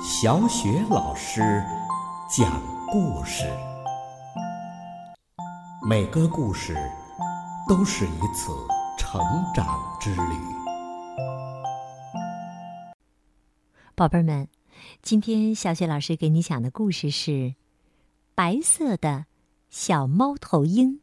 小雪老师讲故事，每个故事都是一次成长之旅。 宝贝们，今天小雪老师给你讲的故事是《白色的小猫头鹰》。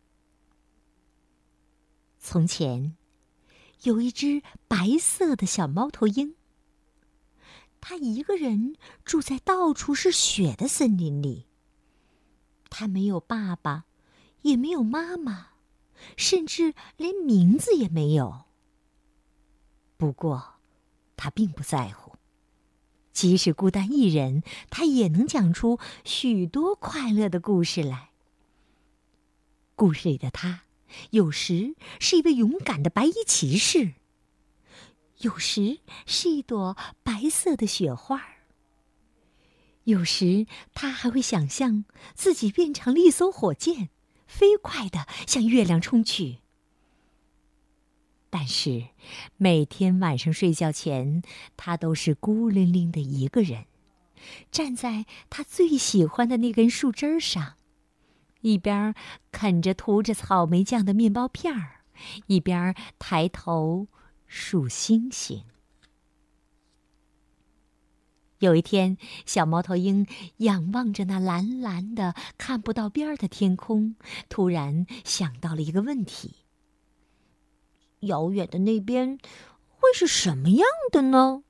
从前，有一只白色的小猫头鹰，它一个人住在到处是雪的森林里。它没有爸爸，也没有妈妈，甚至连名字也没有。不过，它并不在乎。即使孤单一人，他也能讲出许多快乐的故事来。故事里的他，有时是一位勇敢的白衣骑士，有时是一朵白色的雪花，有时他还会想象自己变成了一艘火箭，飞快地向月亮冲去。但是每天晚上睡觉前，他都是孤零零的一个人，站在他最喜欢的那根树枝上，一边啃着涂着草莓酱的面包片儿，一边抬头数星星。有一天，小猫头鹰仰望着那蓝蓝的看不到边儿的天空，突然想到了一个问题：遥远的那边会是什么样的呢？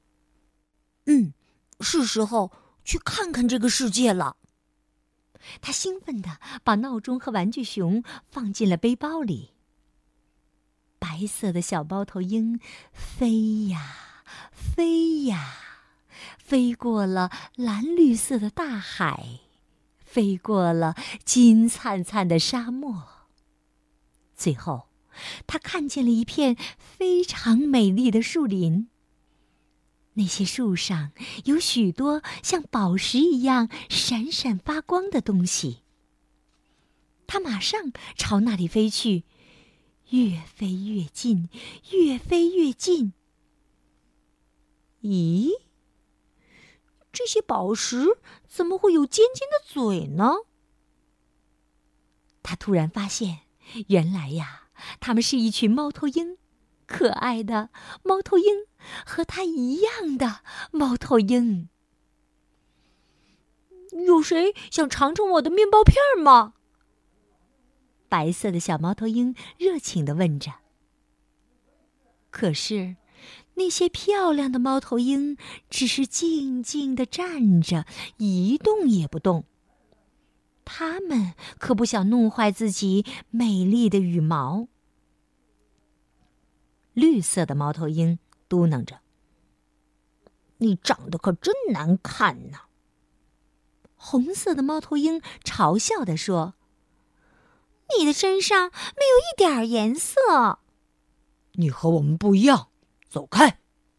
是时候去看看这个世界了。他兴奋地把闹钟和玩具熊放进了背包里。白色的小猫头鹰飞呀飞呀，飞过了蓝绿色的大海，飞过了金灿灿的沙漠。最后，他看见了一片非常美丽的树林。那些树上有许多像宝石一样闪闪发光的东西。他马上朝那里飞去，越飞越近，越飞越近。咦，这些宝石怎么会有尖尖的嘴呢？他突然发现，原来呀，它们是一群猫头鹰，可爱的猫头鹰，和他一样的猫头鹰。有谁想尝尝我的面包片吗？白色的小猫头鹰热情地问着。可是，那些漂亮的猫头鹰只是静静地站着，一动也不动。它们可不想弄坏自己美丽的羽毛。绿色的猫头鹰嘟囔着：“你长得可真难看呐！”红色的猫头鹰嘲笑地说：“你的身上没有一点颜色。”“你和我们不一样，走开！”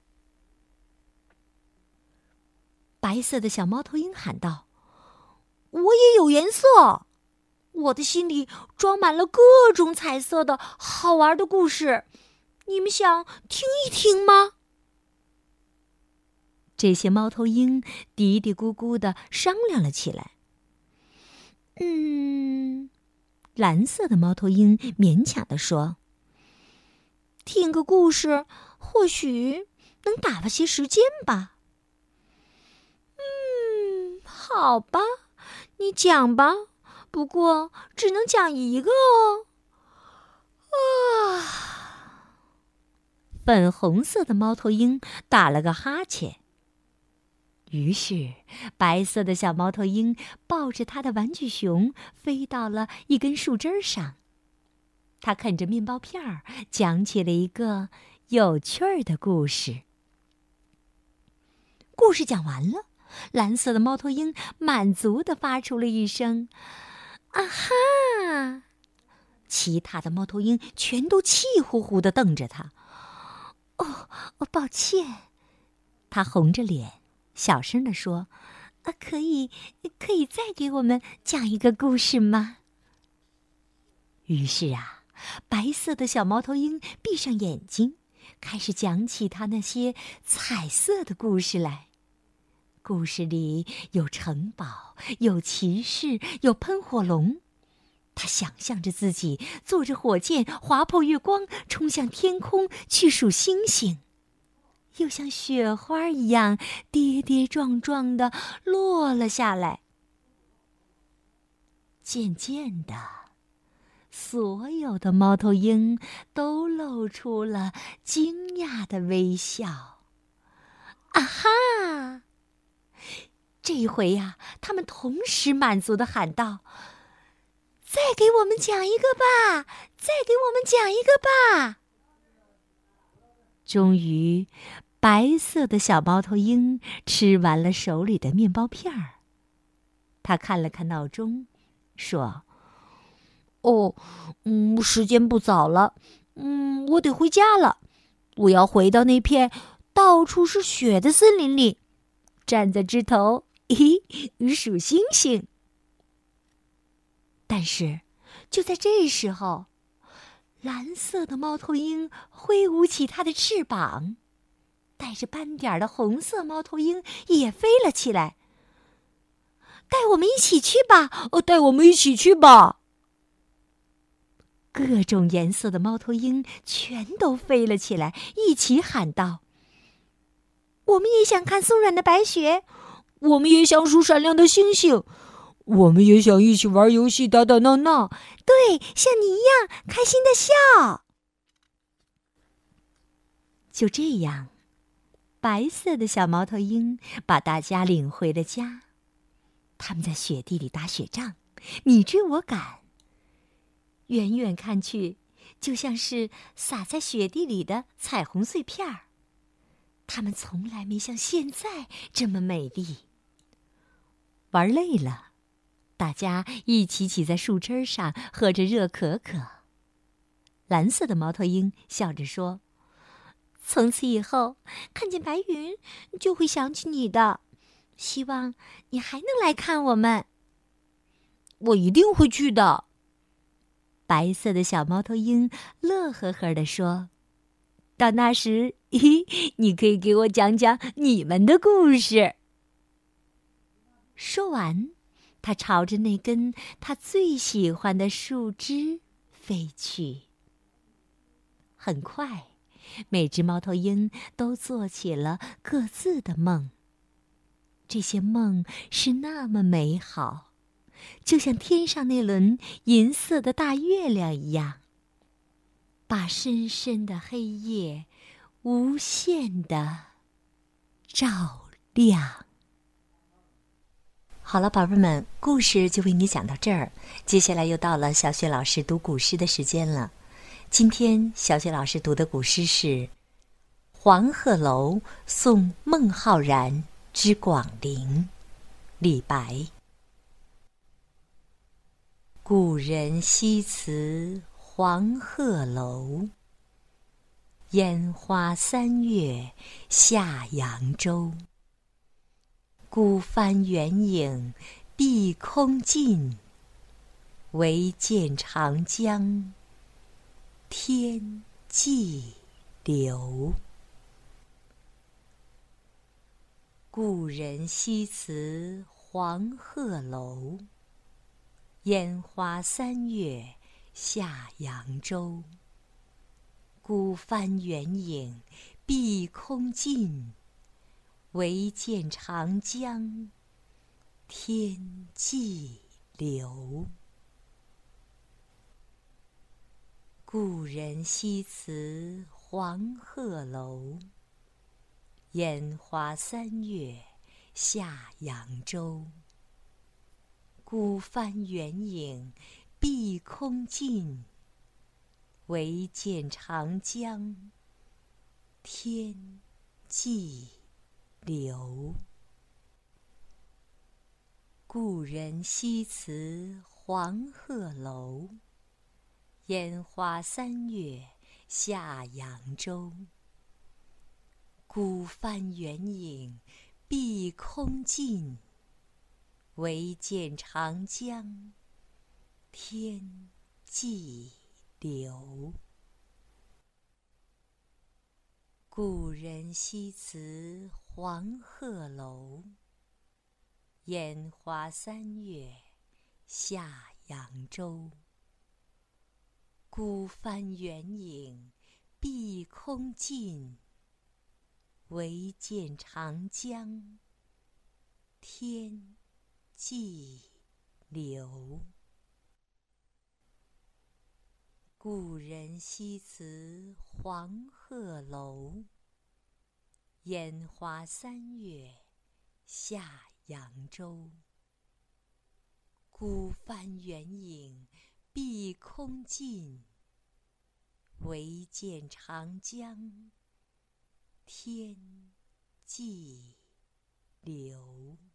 白色的小猫头鹰喊道：“我也有颜色，我的心里装满了各种彩色的好玩的故事，你们想听一听吗？”这些猫头鹰嘀嘀咕咕地商量了起来。蓝色的猫头鹰勉强地说：“听个故事，或许能打发些时间吧。”“好吧，你讲吧，不过只能讲一个哦。”粉红色的猫头鹰打了个哈欠。于是，白色的小猫头鹰抱着他的玩具熊飞到了一根树枝上。他啃着面包片儿，讲起了一个有趣儿的故事。故事讲完了，蓝色的猫头鹰满足地发出了一声“啊哈”，其他的猫头鹰全都气呼呼地瞪着他。“抱歉。”他红着脸小声地说：“可以再给我们讲一个故事吗？”于是啊，白色的小猫头鹰闭上眼睛，开始讲起他那些彩色的故事来。 故事里有城堡，有骑士，有喷火龙。他想象着自己坐着火箭划破月光，冲向天空去数星星，又像雪花一样跌跌撞撞地落了下来。渐渐的，所有的猫头鹰都露出了惊讶的微笑。啊哈！这一回呀，他们同时满足地喊道：“再给我们讲一个吧！再给我们讲一个吧！”终于，白色的小猫头鹰吃完了手里的面包片儿。他看了看闹钟，说：“哦，时间不早了，我得回家了。我要回到那片到处是雪的森林里，站在枝头，数星星。”但是，就在这时候，蓝色的猫头鹰挥舞起它的翅膀，带着斑点的红色猫头鹰也飞了起来。“带我们一起去吧！带我们一起去吧！”各种颜色的猫头鹰全都飞了起来，一起喊道：“我们也想看松软的白雪，我们也想数闪亮的星星，我们也想一起玩游戏，打打闹闹，对，像你一样开心的笑。”就这样，白色的小猫头鹰把大家领回了家。他们在雪地里打雪仗，你追我赶，远远看去，就像是洒在雪地里的彩虹碎片儿。它们从来没像现在这么美丽。玩累了，大家一起挤在树枝上，喝着热可可。蓝色的猫头鹰笑着说：“从此以后，看见白云就会想起你的，希望你还能来看我们。”“我一定会去的。”白色的小猫头鹰乐呵呵地说：“到那时，你可以给我讲讲你们的故事。”说完，它朝着那根它最喜欢的树枝飞去。很快，每只猫头鹰都做起了各自的梦。这些梦是那么美好，就像天上那轮银色的大月亮一样，把深深的黑夜无限地照亮。好了，宝贝们，故事就为你讲到这儿。接下来又到了小雪老师读古诗的时间了。今天小雪老师读的古诗是《黄鹤楼送孟浩然之广陵》，李白。故人西辞黄鹤楼，烟花三月下扬州。孤帆远影碧空尽，唯见长江天际流。故人西辞黄鹤楼，烟花三月下扬州。孤帆远影碧空尽，唯见长江天际流。故人西辞黄鹤楼，烟花三月下扬州。孤帆远影碧空尽，唯见长江天际流。故人西辞黄鹤楼，烟花三月下扬州。孤帆远影碧空尽，唯见长江天际流。故人西辞黄鹤楼， 烟花三月下扬州。孤帆远影碧空尽，唯见长江天际流。故人西辞黄鹤楼，烟花三月下扬州。孤帆远影碧空尽，唯见长江天际流。